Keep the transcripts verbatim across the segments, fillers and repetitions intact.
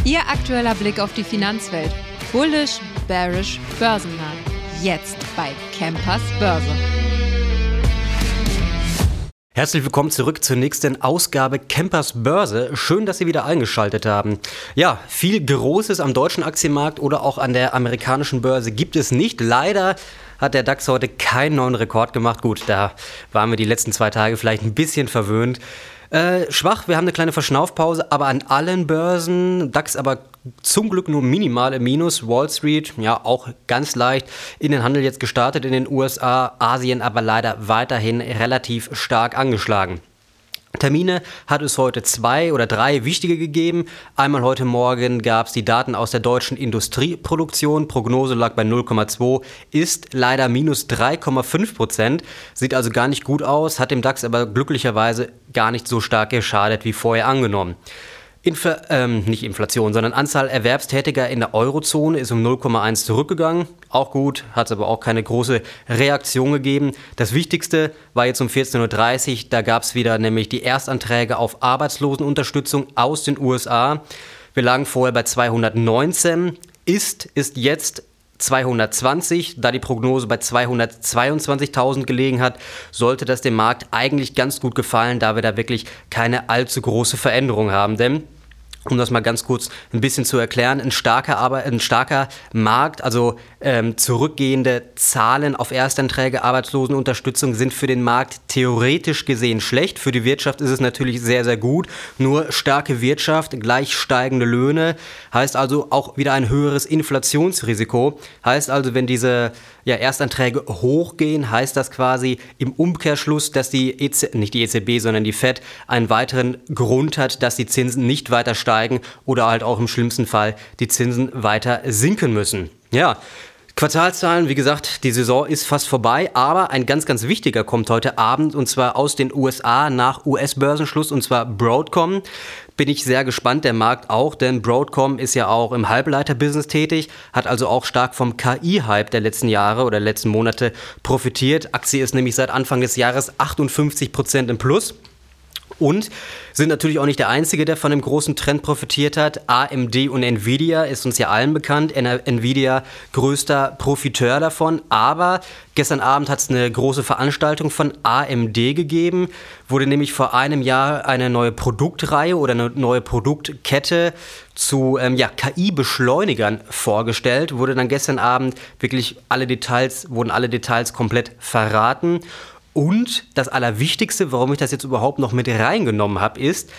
Ihr aktueller Blick auf die Finanzwelt. Bullish, bearish, börsennah. Jetzt bei Campers Börse. Herzlich willkommen zurück zur nächsten Ausgabe Campers Börse. Schön, dass Sie wieder eingeschaltet haben. Ja, viel Großes am deutschen Aktienmarkt oder auch an der amerikanischen Börse gibt es nicht. Leider hat der DAX heute keinen neuen Rekord gemacht. Gut, da waren wir die letzten zwei Tage vielleicht ein bisschen verwöhnt. Äh, schwach, wir haben eine kleine Verschnaufpause, aber an allen Börsen, DAX aber zum Glück nur minimal im Minus. Wall Street, ja, auch ganz leicht in den Handel jetzt gestartet in den U S A, Asien aber leider weiterhin relativ stark angeschlagen. Termine hat es heute zwei oder drei wichtige gegeben. Einmal heute Morgen gab es die Daten aus der deutschen Industrieproduktion. Prognose lag bei null Komma zwei, ist leider minus drei Komma fünf Prozent. Sieht also gar nicht gut aus, hat dem DAX aber glücklicherweise gar nicht so stark geschadet wie vorher angenommen. Infl- ähm, nicht Inflation, sondern Anzahl Erwerbstätiger in der Eurozone ist um null Komma eins zurückgegangen. Auch gut, hat es aber auch keine große Reaktion gegeben. Das Wichtigste war jetzt um vierzehn Uhr dreißig, da gab es wieder nämlich die Erstanträge auf Arbeitslosenunterstützung aus den U S A. Wir lagen vorher bei zweihundertneunzehn, ist, ist jetzt zweihundertzwanzig, da die Prognose bei zweihundertzweiundzwanzigtausend gelegen hat, sollte das dem Markt eigentlich ganz gut gefallen, da wir da wirklich keine allzu große Veränderung haben, denn um das mal ganz kurz ein bisschen zu erklären, ein starker, aber ein starker Markt, also ähm, zurückgehende Zahlen auf Erstanträge, Arbeitslosenunterstützung sind für den Markt theoretisch gesehen schlecht. Für die Wirtschaft ist es natürlich sehr, sehr gut. Nur starke Wirtschaft, gleich steigende Löhne, heißt also auch wieder ein höheres Inflationsrisiko. Heißt also, wenn diese ja, Erstanträge hochgehen, heißt das quasi im Umkehrschluss, dass die E Z, nicht die E Z B, sondern die Fed einen weiteren Grund hat, dass die Zinsen nicht weiter steigen oder halt auch im schlimmsten Fall die Zinsen weiter sinken müssen. Ja, Quartalszahlen, wie gesagt, die Saison ist fast vorbei, aber ein ganz, ganz wichtiger kommt heute Abend und zwar aus den U S A nach U S-Börsenschluss und zwar Broadcom. Bin ich sehr gespannt, der Markt auch, denn Broadcom ist ja auch im Halbleiter-Business tätig, hat also auch stark vom K I-Hype der letzten Jahre oder letzten Monate profitiert. Aktie ist nämlich seit Anfang des Jahres achtundfünfzig Prozent im Plus. Und sind natürlich auch nicht der Einzige, der von dem großen Trend profitiert hat. A M D und Nvidia ist uns ja allen bekannt. Nvidia größter Profiteur davon. Aber gestern Abend hat es eine große Veranstaltung von A M D gegeben. Wurde nämlich vor einem Jahr eine neue Produktreihe oder eine neue Produktkette zu ähm, ja, K I-Beschleunigern vorgestellt. Wurde dann gestern Abend wirklich alle Details, wurden alle Details komplett verraten. Und das Allerwichtigste, warum ich das jetzt überhaupt noch mit reingenommen habe, ist,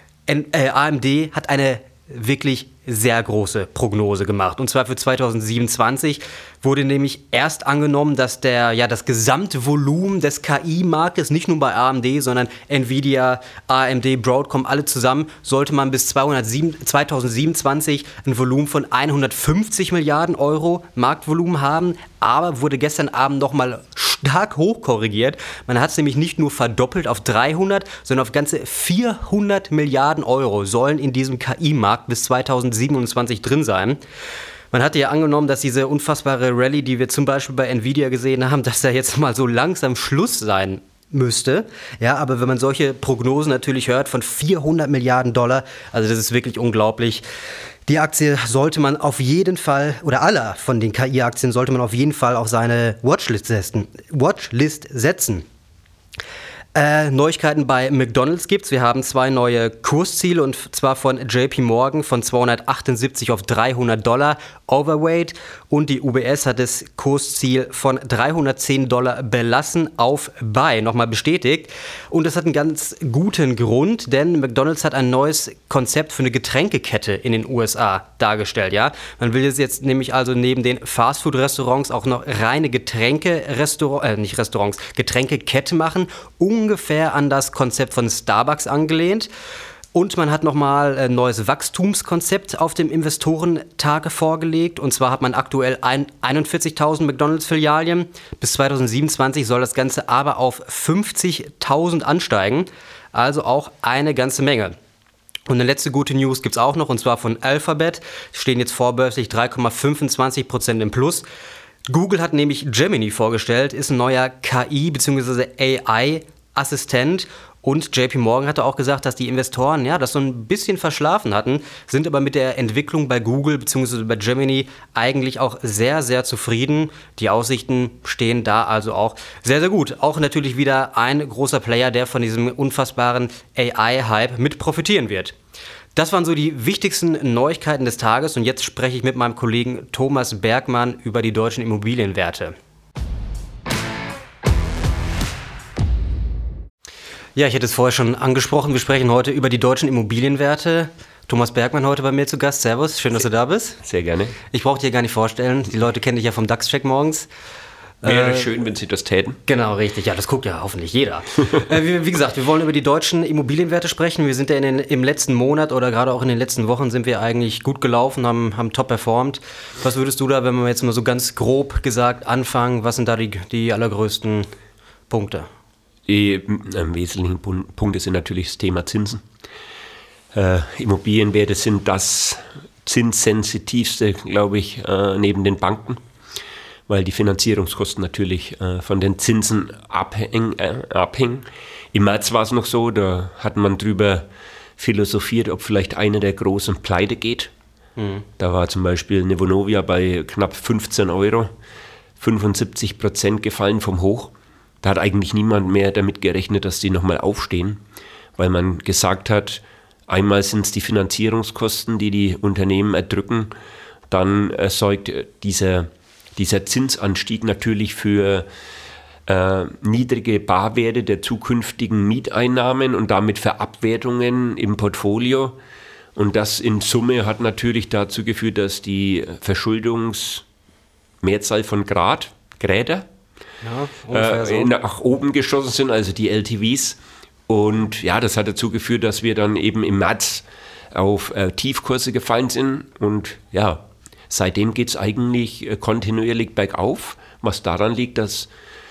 äh, A M D hat eine wirklich sehr große Prognose gemacht. Und zwar für zweitausendsiebenundzwanzig wurde nämlich erst angenommen, dass der, ja, das Gesamtvolumen des K I-Marktes, nicht nur bei A M D, sondern Nvidia, A M D, Broadcom, alle zusammen, sollte man bis zweitausendsiebenundzwanzig ein Volumen von hundertfünfzig Milliarden Euro Marktvolumen haben. Aber wurde gestern Abend nochmal stark hochkorrigiert. Man hat es nämlich nicht nur verdoppelt auf dreihundert, sondern auf ganze vierhundert Milliarden Euro sollen in diesem K I-Markt bis zweitausendsiebenundzwanzig drin sein. Man hatte ja angenommen, dass diese unfassbare Rallye, die wir zum Beispiel bei Nvidia gesehen haben, dass da jetzt mal so langsam Schluss sein müsste. Ja, aber wenn man solche Prognosen natürlich hört von vierhundert Milliarden Dollar, also das ist wirklich unglaublich. Die Aktie sollte man auf jeden Fall, oder alle von den K I-Aktien sollte man auf jeden Fall auf seine Watchlist setzen. Watchlist setzen. Äh, Neuigkeiten bei McDonald's gibt's. Wir haben zwei neue Kursziele und zwar von J P Morgan von zweihundertachtundsiebzig auf dreihundert Dollar Overweight und die U B S hat das Kursziel von dreihundertzehn Dollar belassen auf Buy, nochmal bestätigt. Und das hat einen ganz guten Grund, denn McDonald's hat ein neues Konzept für eine Getränkekette in den U S A dargestellt. Ja? Man will jetzt nämlich also neben den Fastfood-Restaurants auch noch reine Getränke-Restaurants, äh, nicht Restaurants, Getränkekette machen, ungefähr an das Konzept von Starbucks angelehnt. Und man hat nochmal ein neues Wachstumskonzept auf dem Investorentag vorgelegt. Und zwar hat man aktuell einundvierzigtausend McDonald's-Filialien. Bis zweitausendsiebenundzwanzig soll das Ganze aber auf fünfzigtausend ansteigen. Also auch eine ganze Menge. Und eine letzte gute News gibt es auch noch, und zwar von Alphabet. Stehen jetzt vorbörslich drei Komma fünfundzwanzig Prozent im Plus. Google hat nämlich Gemini vorgestellt, ist ein neuer K I- bzw. A I-Assistent Und J P Morgan hatte auch gesagt, dass die Investoren ja das so ein bisschen verschlafen hatten, sind aber mit der Entwicklung bei Google bzw. bei Gemini eigentlich auch sehr, sehr zufrieden. Die Aussichten stehen da also auch sehr, sehr gut. Auch natürlich wieder ein großer Player, der von diesem unfassbaren A I-Hype mit profitieren wird. Das waren so die wichtigsten Neuigkeiten des Tages und jetzt spreche ich mit meinem Kollegen Thomas Bergmann über die deutschen Immobilienwerte. Ja, ich hätte es vorher schon angesprochen, wir sprechen heute über die deutschen Immobilienwerte. Thomas Bergmann heute bei mir zu Gast. Servus, schön, dass du da bist. Sehr gerne. Ich brauche dir gar nicht vorstellen, die Leute kennen dich ja vom DAX-Check morgens. Wäre äh, schön, wenn Sie das täten. Genau, richtig. Ja, das guckt ja hoffentlich jeder. äh, wie, wie gesagt, wir wollen über die deutschen Immobilienwerte sprechen. Wir sind ja in den, im letzten Monat oder gerade auch in den letzten Wochen sind wir eigentlich gut gelaufen, haben, haben top performt. Was würdest du da, wenn wir jetzt mal so ganz grob gesagt anfangen, was sind da die, die allergrößten Punkte? Die äh, wesentlichen Punkte sind natürlich das Thema Zinsen. Äh, Immobilienwerte sind das zinssensitivste, glaube ich, äh, neben den Banken, weil die Finanzierungskosten natürlich äh, von den Zinsen abhängen, äh, abhängen. Im März war es noch so, da hat man drüber philosophiert, ob vielleicht einer der Großen pleite geht. Mhm. Da war zum Beispiel eine Vonovia bei knapp fünfzehn Euro, fünfundsiebzig Prozent gefallen vom Hoch. Da hat eigentlich niemand mehr damit gerechnet, dass die nochmal aufstehen, weil man gesagt hat, einmal sind es die Finanzierungskosten, die die Unternehmen erdrücken, dann erzeugt dieser Dieser Zinsanstieg natürlich für äh, niedrige Barwerte der zukünftigen Mieteinnahmen und damit für Abwertungen im Portfolio. Und das in Summe hat natürlich dazu geführt, dass die Verschuldungsmehrzahl von Grad, Gräder, ja, äh, nach oben geschossen sind, also die L T Vs. Und ja, das hat dazu geführt, dass wir dann eben im März auf äh, Tiefkurse gefallen sind und ja, seitdem geht es eigentlich äh, kontinuierlich bergauf, was daran liegt, dass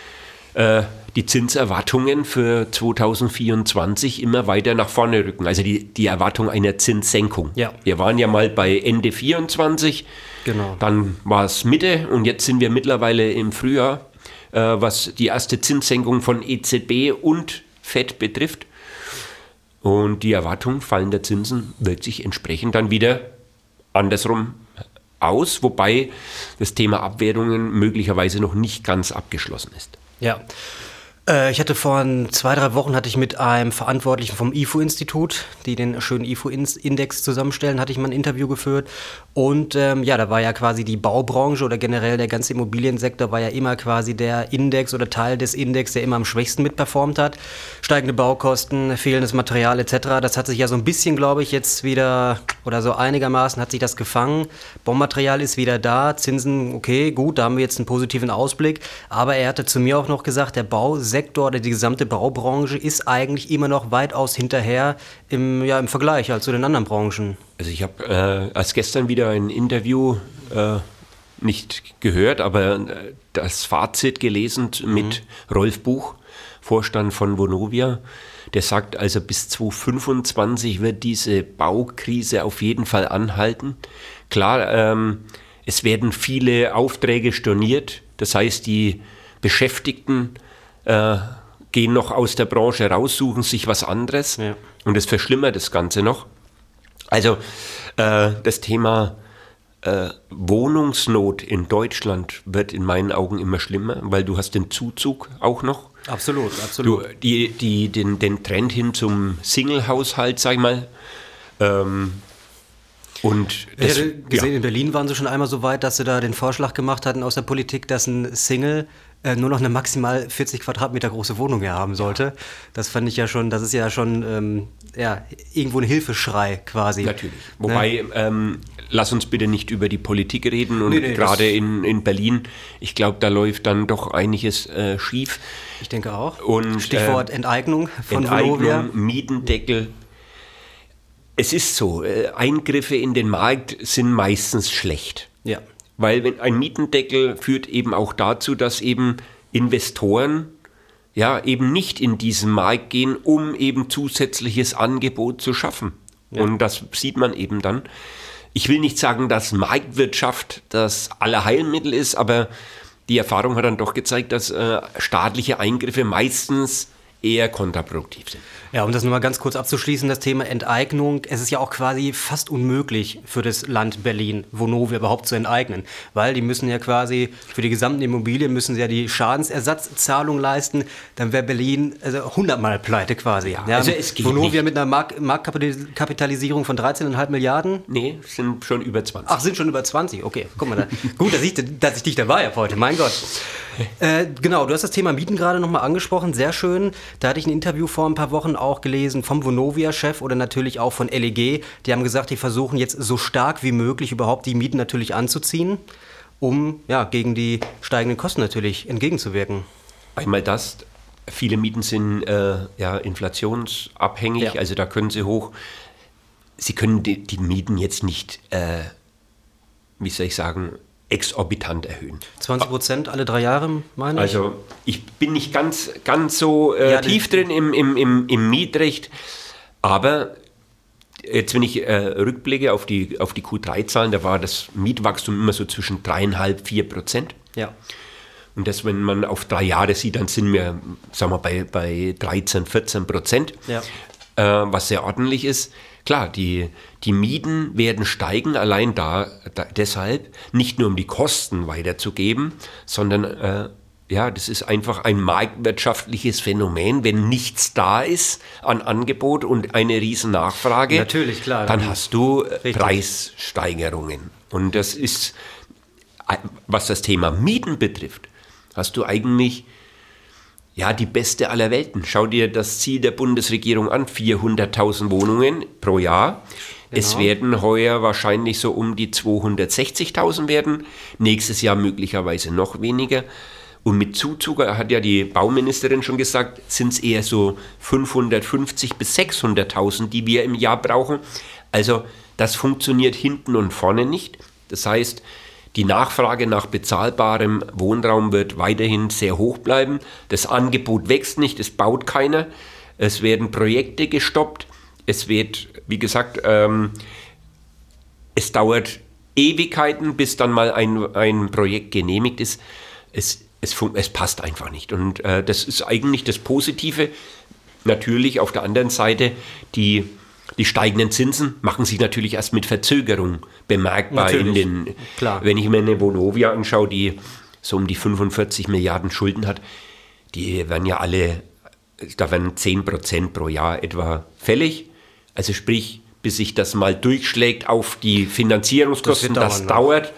äh, die Zinserwartungen für zwanzig vierundzwanzig immer weiter nach vorne rücken. Also die, die Erwartung einer Zinssenkung. Ja. Wir waren ja mal bei Ende vierundzwanzig, genau. Dann war es Mitte und jetzt sind wir mittlerweile im Frühjahr, äh, was die erste Zinssenkung von E Z B und Fed betrifft. Und die Erwartung fallender Zinsen wirkt sich entsprechend dann wieder andersrum aus, wobei das Thema Abwertungen möglicherweise noch nicht ganz abgeschlossen ist. Ja, äh, ich hatte vor zwei, drei Wochen hatte ich mit einem Verantwortlichen vom I F O-Institut, die den schönen I F O-Index zusammenstellen, hatte ich mal ein Interview geführt und ähm, ja, da war ja quasi die Baubranche oder generell der ganze Immobiliensektor war ja immer quasi der Index oder Teil des Index, der immer am schwächsten mitperformt hat. Steigende Baukosten, fehlendes Material et cetera. Das hat sich ja so ein bisschen, glaube ich, jetzt wieder oder so einigermaßen hat sich das gefangen. Baumaterial ist wieder da, Zinsen, okay, gut, da haben wir jetzt einen positiven Ausblick. Aber er hatte zu mir auch noch gesagt, der Bausektor oder die gesamte Baubranche ist eigentlich immer noch weitaus hinterher im, ja, im Vergleich halt zu den anderen Branchen. Also ich habe äh, als gestern wieder ein Interview äh, nicht gehört, aber äh, das Fazit gelesen mit mhm. Rolf Buch, Vorstand von Vonovia. Der sagt also, bis zwanzig fünfundzwanzig wird diese Baukrise auf jeden Fall anhalten. Klar, ähm, es werden viele Aufträge storniert. Das heißt, die Beschäftigten äh, gehen noch aus der Branche raus, suchen sich was anderes. Ja. Und das verschlimmert das Ganze noch. Also äh, das Thema äh, Wohnungsnot in Deutschland wird in meinen Augen immer schlimmer, weil du hast den Zuzug auch noch. Absolut, absolut. Du, die, die, den, den Trend hin zum Single-Haushalt, sag ich mal. Ähm, und das, ich hatte gesehen, ja. In Berlin waren sie schon einmal so weit, dass sie da den Vorschlag gemacht hatten aus der Politik, dass ein Single äh, nur noch eine maximal vierzig Quadratmeter große Wohnung mehr haben sollte. Ja. Das fand ich ja schon, das ist ja schon ähm, ja, irgendwo ein Hilfeschrei quasi. Natürlich. Wobei, ne? ähm, lass uns bitte nicht über die Politik reden und nee, nee, gerade in, in Berlin, ich glaube, da läuft dann doch einiges äh, schief. Ich denke auch. Und, Stichwort äh, Enteignung von Enteignung, Vonovia. Mietendeckel. Es ist so, äh, Eingriffe in den Markt sind meistens schlecht. Ja. Weil wenn ein Mietendeckel führt eben auch dazu, dass eben Investoren ja eben nicht in diesen Markt gehen, um eben zusätzliches Angebot zu schaffen. Ja. Und das sieht man eben dann. Ich will nicht sagen, dass Marktwirtschaft das Allerheilmittel ist, aber die Erfahrung hat dann doch gezeigt, dass äh, staatliche Eingriffe meistens eher kontraproduktiv sind. Ja, um das nochmal ganz kurz abzuschließen, das Thema Enteignung. Es ist ja auch quasi fast unmöglich für das Land Berlin, Vonovia überhaupt zu enteignen. Weil die müssen ja quasi, für die gesamten Immobilien müssen sie ja die Schadensersatzzahlung leisten. Dann wäre Berlin also hundertmal pleite quasi. Ja, ja, also es geht Vonovia nicht. mit einer Mark- Marktkapitalisierung von dreizehn Komma fünf Milliarden. Nee, sind schon über zwanzig. Ach, sind schon über zwanzig, okay. Guck mal, da, gut, dass ich, dass ich dich dabei habe heute, mein Gott. Äh, genau, du hast das Thema Mieten gerade nochmal angesprochen, sehr schön. Da hatte ich ein Interview vor ein paar Wochen auch gelesen vom Vonovia-Chef oder natürlich auch von L E G. Die haben gesagt, die versuchen jetzt so stark wie möglich überhaupt die Mieten natürlich anzuziehen, um ja, gegen die steigenden Kosten natürlich entgegenzuwirken. Einmal das, viele Mieten sind äh, ja, inflationsabhängig, Ja. also da können sie hoch. Sie können die, die Mieten jetzt nicht, äh, wie soll ich sagen, exorbitant erhöhen. zwanzig Prozent alle drei Jahre, meine ich? Also ich bin nicht ganz, ganz so äh, Ja, tief drin im, im, im, im Mietrecht, aber jetzt, wenn ich äh, rückblicke auf die, auf die Q drei Zahlen, da war das Mietwachstum immer so zwischen drei Komma fünf, vier Prozent. Ja. Und das, wenn man auf drei Jahre sieht, dann sind wir, sagen wir, bei, bei dreizehn, vierzehn Prozent, Ja. äh, was sehr ordentlich ist. Klar, die, die Mieten werden steigen, allein da, da deshalb, nicht nur um die Kosten weiterzugeben, sondern äh, ja, das ist einfach ein marktwirtschaftliches Phänomen. Wenn nichts da ist an Angebot und eine riesen Nachfrage, Natürlich, klar. dann hast du äh, Richtig. Preissteigerungen. Und das ist, äh, was das Thema Mieten betrifft, hast du eigentlich ja, die beste aller Welten. Schau dir das Ziel der Bundesregierung an, vierhunderttausend Wohnungen pro Jahr. Genau. Es werden heuer wahrscheinlich so um die zweihundertsechzigtausend werden, nächstes Jahr möglicherweise noch weniger. Und mit Zuzug, hat ja die Bauministerin schon gesagt, sind es eher so fünfhundertfünfzig bis sechshunderttausend, die wir im Jahr brauchen. Also das funktioniert hinten und vorne nicht. Das heißt, die Nachfrage nach bezahlbarem Wohnraum wird weiterhin sehr hoch bleiben. Das Angebot wächst nicht, es baut keiner. Es werden Projekte gestoppt. Es wird, wie gesagt, ähm, es dauert Ewigkeiten, bis dann mal ein, ein Projekt genehmigt ist. Es, es, es passt einfach nicht. Und äh, das ist eigentlich das Positive. Natürlich auf der anderen Seite die Die steigenden Zinsen machen sich natürlich erst mit Verzögerung bemerkbar. Natürlich, in den, klar. Wenn ich mir eine Vonovia anschaue, die so um die fünfundvierzig Milliarden Schulden hat, die werden ja alle, da werden zehn Prozent pro Jahr etwa fällig. Also sprich, bis sich das mal durchschlägt auf die Finanzierungskosten, Das das, wird das dauern, dauert.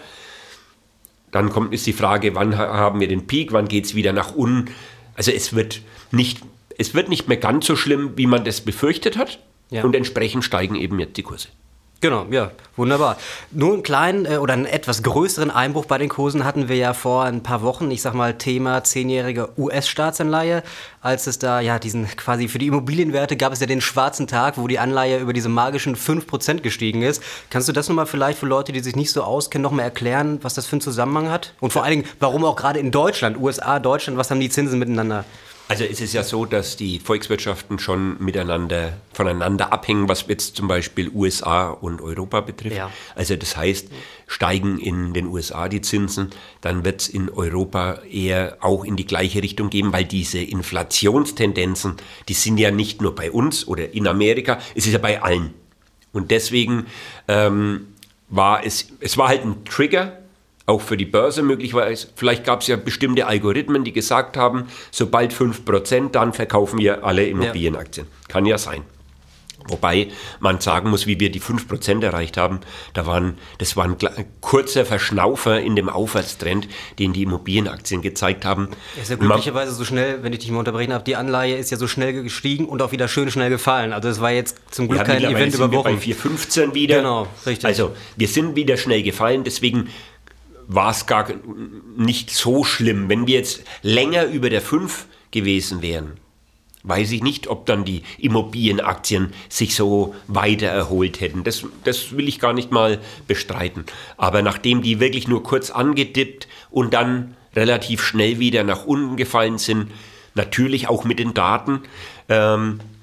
Dann kommt ist die Frage, wann ha- haben wir den Peak, wann geht es wieder nach unten. Also es wird nicht, es wird nicht mehr ganz so schlimm, wie man das befürchtet hat. Ja. Und entsprechend steigen eben jetzt die Kurse. Genau, ja, wunderbar. Nur einen kleinen äh, oder einen etwas größeren Einbruch bei den Kursen hatten wir ja vor ein paar Wochen. Ich sag mal Thema zehnjährige U S-Staatsanleihe. Als es da, ja, diesen quasi für die Immobilienwerte gab es ja den schwarzen Tag, wo die Anleihe über diese magischen fünf Prozent gestiegen ist. Kannst du das nochmal vielleicht für Leute, die sich nicht so auskennen, nochmal erklären, was das für einen Zusammenhang hat? Und vor allen Dingen, warum auch gerade in Deutschland, U S A, Deutschland, was haben die Zinsen miteinander? Also es ist ja so, dass die Volkswirtschaften schon miteinander, voneinander abhängen, was jetzt zum Beispiel U S A und Europa betrifft. Ja. Also das heißt, steigen in den U S A die Zinsen, dann wird es in Europa eher auch in die gleiche Richtung gehen, weil diese Inflationstendenzen, die sind ja nicht nur bei uns oder in Amerika, es ist ja bei allen. Und deswegen ähm, war es, es war halt ein Trigger, auch für die Börse möglicherweise. Vielleicht gab es ja bestimmte Algorithmen, die gesagt haben, sobald fünf Prozent, dann verkaufen wir alle Immobilienaktien. Ja. Kann ja sein. Wobei man sagen muss, wie wir die fünf Prozent erreicht haben, da waren, das war ein kurzer Verschnaufer in dem Aufwärtstrend, den die Immobilienaktien gezeigt haben. Ist ja glücklicherweise so schnell, wenn ich dich mal unterbrechen darf, die Anleihe ist ja so schnell gestiegen und auch wieder schön schnell gefallen. Also es war jetzt zum Glück ja, kein Event sind über wir Wochen. bei vier Komma fünfzehn wieder. Genau, richtig. Also wir sind wieder schnell gefallen, deswegen war es gar nicht so schlimm. Wenn wir jetzt länger über der fünf gewesen wären, weiß ich nicht, ob dann die Immobilienaktien sich so weiter erholt hätten. Das, das will ich gar nicht mal bestreiten. Aber nachdem die wirklich nur kurz angedippt und dann relativ schnell wieder nach unten gefallen sind, natürlich auch mit den Daten, ähm,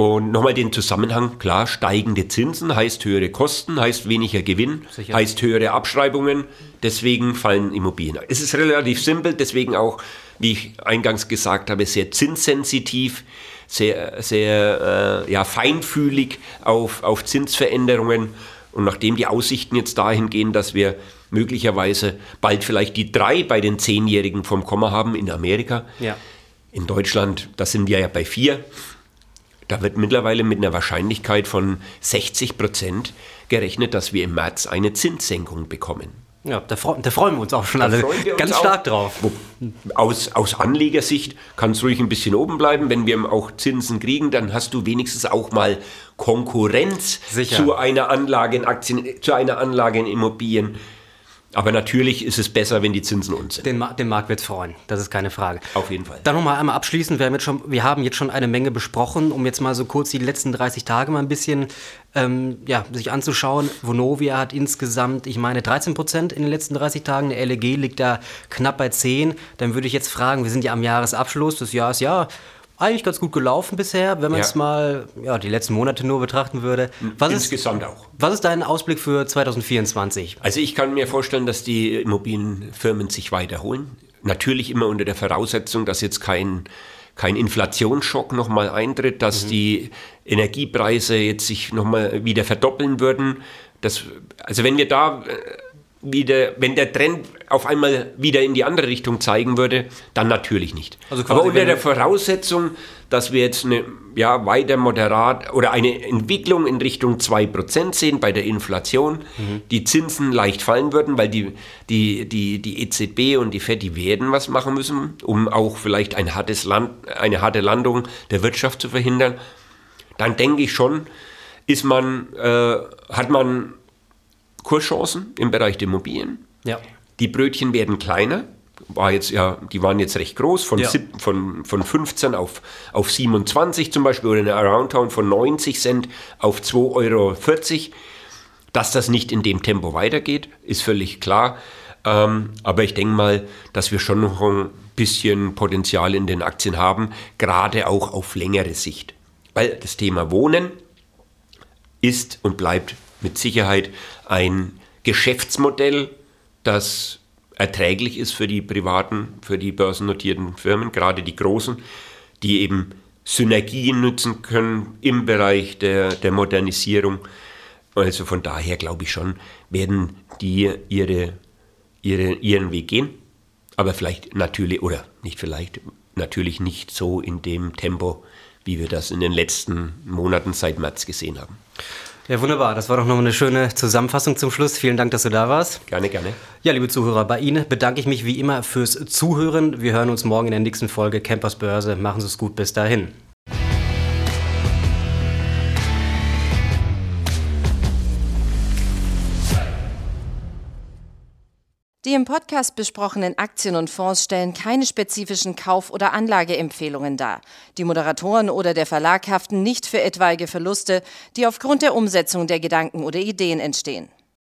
Und nochmal den Zusammenhang, klar, steigende Zinsen heißt höhere Kosten, heißt weniger Gewinn, Sicher. heißt höhere Abschreibungen, deswegen fallen Immobilien. Es ist relativ simpel, deswegen auch, wie ich eingangs gesagt habe, sehr zinssensitiv, sehr, sehr äh, ja, feinfühlig auf, auf Zinsveränderungen. Und nachdem die Aussichten jetzt dahin gehen, dass wir möglicherweise bald vielleicht die drei bei den Zehnjährigen vom Komma haben in Amerika, ja. in Deutschland, da sind wir ja bei vier, da wird mittlerweile mit einer Wahrscheinlichkeit von sechzig Prozent gerechnet, dass wir im März eine Zinssenkung bekommen. Ja, da, freu, da freuen wir uns auch schon da alle ganz stark auch drauf. Aus, aus Anlegersicht kann es ruhig ein bisschen oben bleiben. Wenn wir auch Zinsen kriegen, dann hast du wenigstens auch mal Konkurrenz Sicher. zu einer Anlage in Aktien, zu einer Anlage in Immobilien. Aber natürlich ist es besser, wenn die Zinsen unten sind. Den, Ma- den Markt wird es freuen, das ist keine Frage. Auf jeden Fall. Dann nochmal einmal abschließend, wir haben, jetzt schon, wir haben jetzt schon eine Menge besprochen, um jetzt mal so kurz die letzten dreißig Tage mal ein bisschen ähm, ja, sich anzuschauen. Vonovia hat insgesamt, ich meine, dreizehn Prozent in den letzten dreißig Tagen, der L E G liegt da knapp bei zehn. Dann würde ich jetzt fragen, wir sind ja am Jahresabschluss, das Jahr ist ja eigentlich ganz gut gelaufen bisher, wenn man es ja. mal ja, die letzten Monate nur betrachten würde. Was Insgesamt ist, auch. Was ist dein Ausblick für zwanzig vierundzwanzig? Also ich kann mir vorstellen, dass die Immobilienfirmen sich weiterholen. Natürlich immer unter der Voraussetzung, dass jetzt kein, kein Inflationsschock nochmal eintritt, dass mhm. die Energiepreise jetzt sich nochmal wieder verdoppeln würden. Das, also wenn wir da... Wieder, wenn der Trend auf einmal wieder in die andere Richtung zeigen würde, dann natürlich nicht. Also aber unter der Voraussetzung, dass wir jetzt eine ja, weiter moderat oder eine Entwicklung in Richtung zwei Prozent sehen bei der Inflation, mhm. die Zinsen leicht fallen würden, weil die, die, die, die E Z B und die Fed, die werden was machen müssen, um auch vielleicht ein hartes Land, eine harte Landung der Wirtschaft zu verhindern, dann denke ich schon, ist man, äh, hat man Kurschancen im Bereich der Immobilien. Ja. Die Brötchen werden kleiner. War jetzt, ja, die waren jetzt recht groß, von, ja. sieb, von, von fünfzehn auf, auf siebenundzwanzig zum Beispiel, oder eine Aroundtown von neunzig Cent auf zwei Euro vierzig. Dass das nicht in dem Tempo weitergeht, ist völlig klar. Ähm, aber ich denke mal, dass wir schon noch ein bisschen Potenzial in den Aktien haben, gerade auch auf längere Sicht. Weil das Thema Wohnen ist und bleibt mit Sicherheit ein Geschäftsmodell, das erträglich ist für die privaten, für die börsennotierten Firmen, gerade die großen, die eben Synergien nutzen können im Bereich der, der Modernisierung. Also von daher glaube ich schon, werden die ihre, ihre, ihren Weg gehen, aber vielleicht natürlich, oder nicht vielleicht, natürlich nicht so in dem Tempo, wie wir das in den letzten Monaten seit März gesehen haben. Ja, wunderbar. Das war doch noch eine schöne Zusammenfassung zum Schluss. Vielen Dank, dass du da warst. Gerne, gerne. Ja, liebe Zuhörer, bei Ihnen bedanke ich mich wie immer fürs Zuhören. Wir hören uns morgen in der nächsten Folge Campers Börse. Machen Sie es gut. Bis dahin. Die im Podcast besprochenen Aktien und Fonds stellen keine spezifischen Kauf- oder Anlageempfehlungen dar. Die Moderatoren oder der Verlag haften nicht für etwaige Verluste, die aufgrund der Umsetzung der Gedanken oder Ideen entstehen.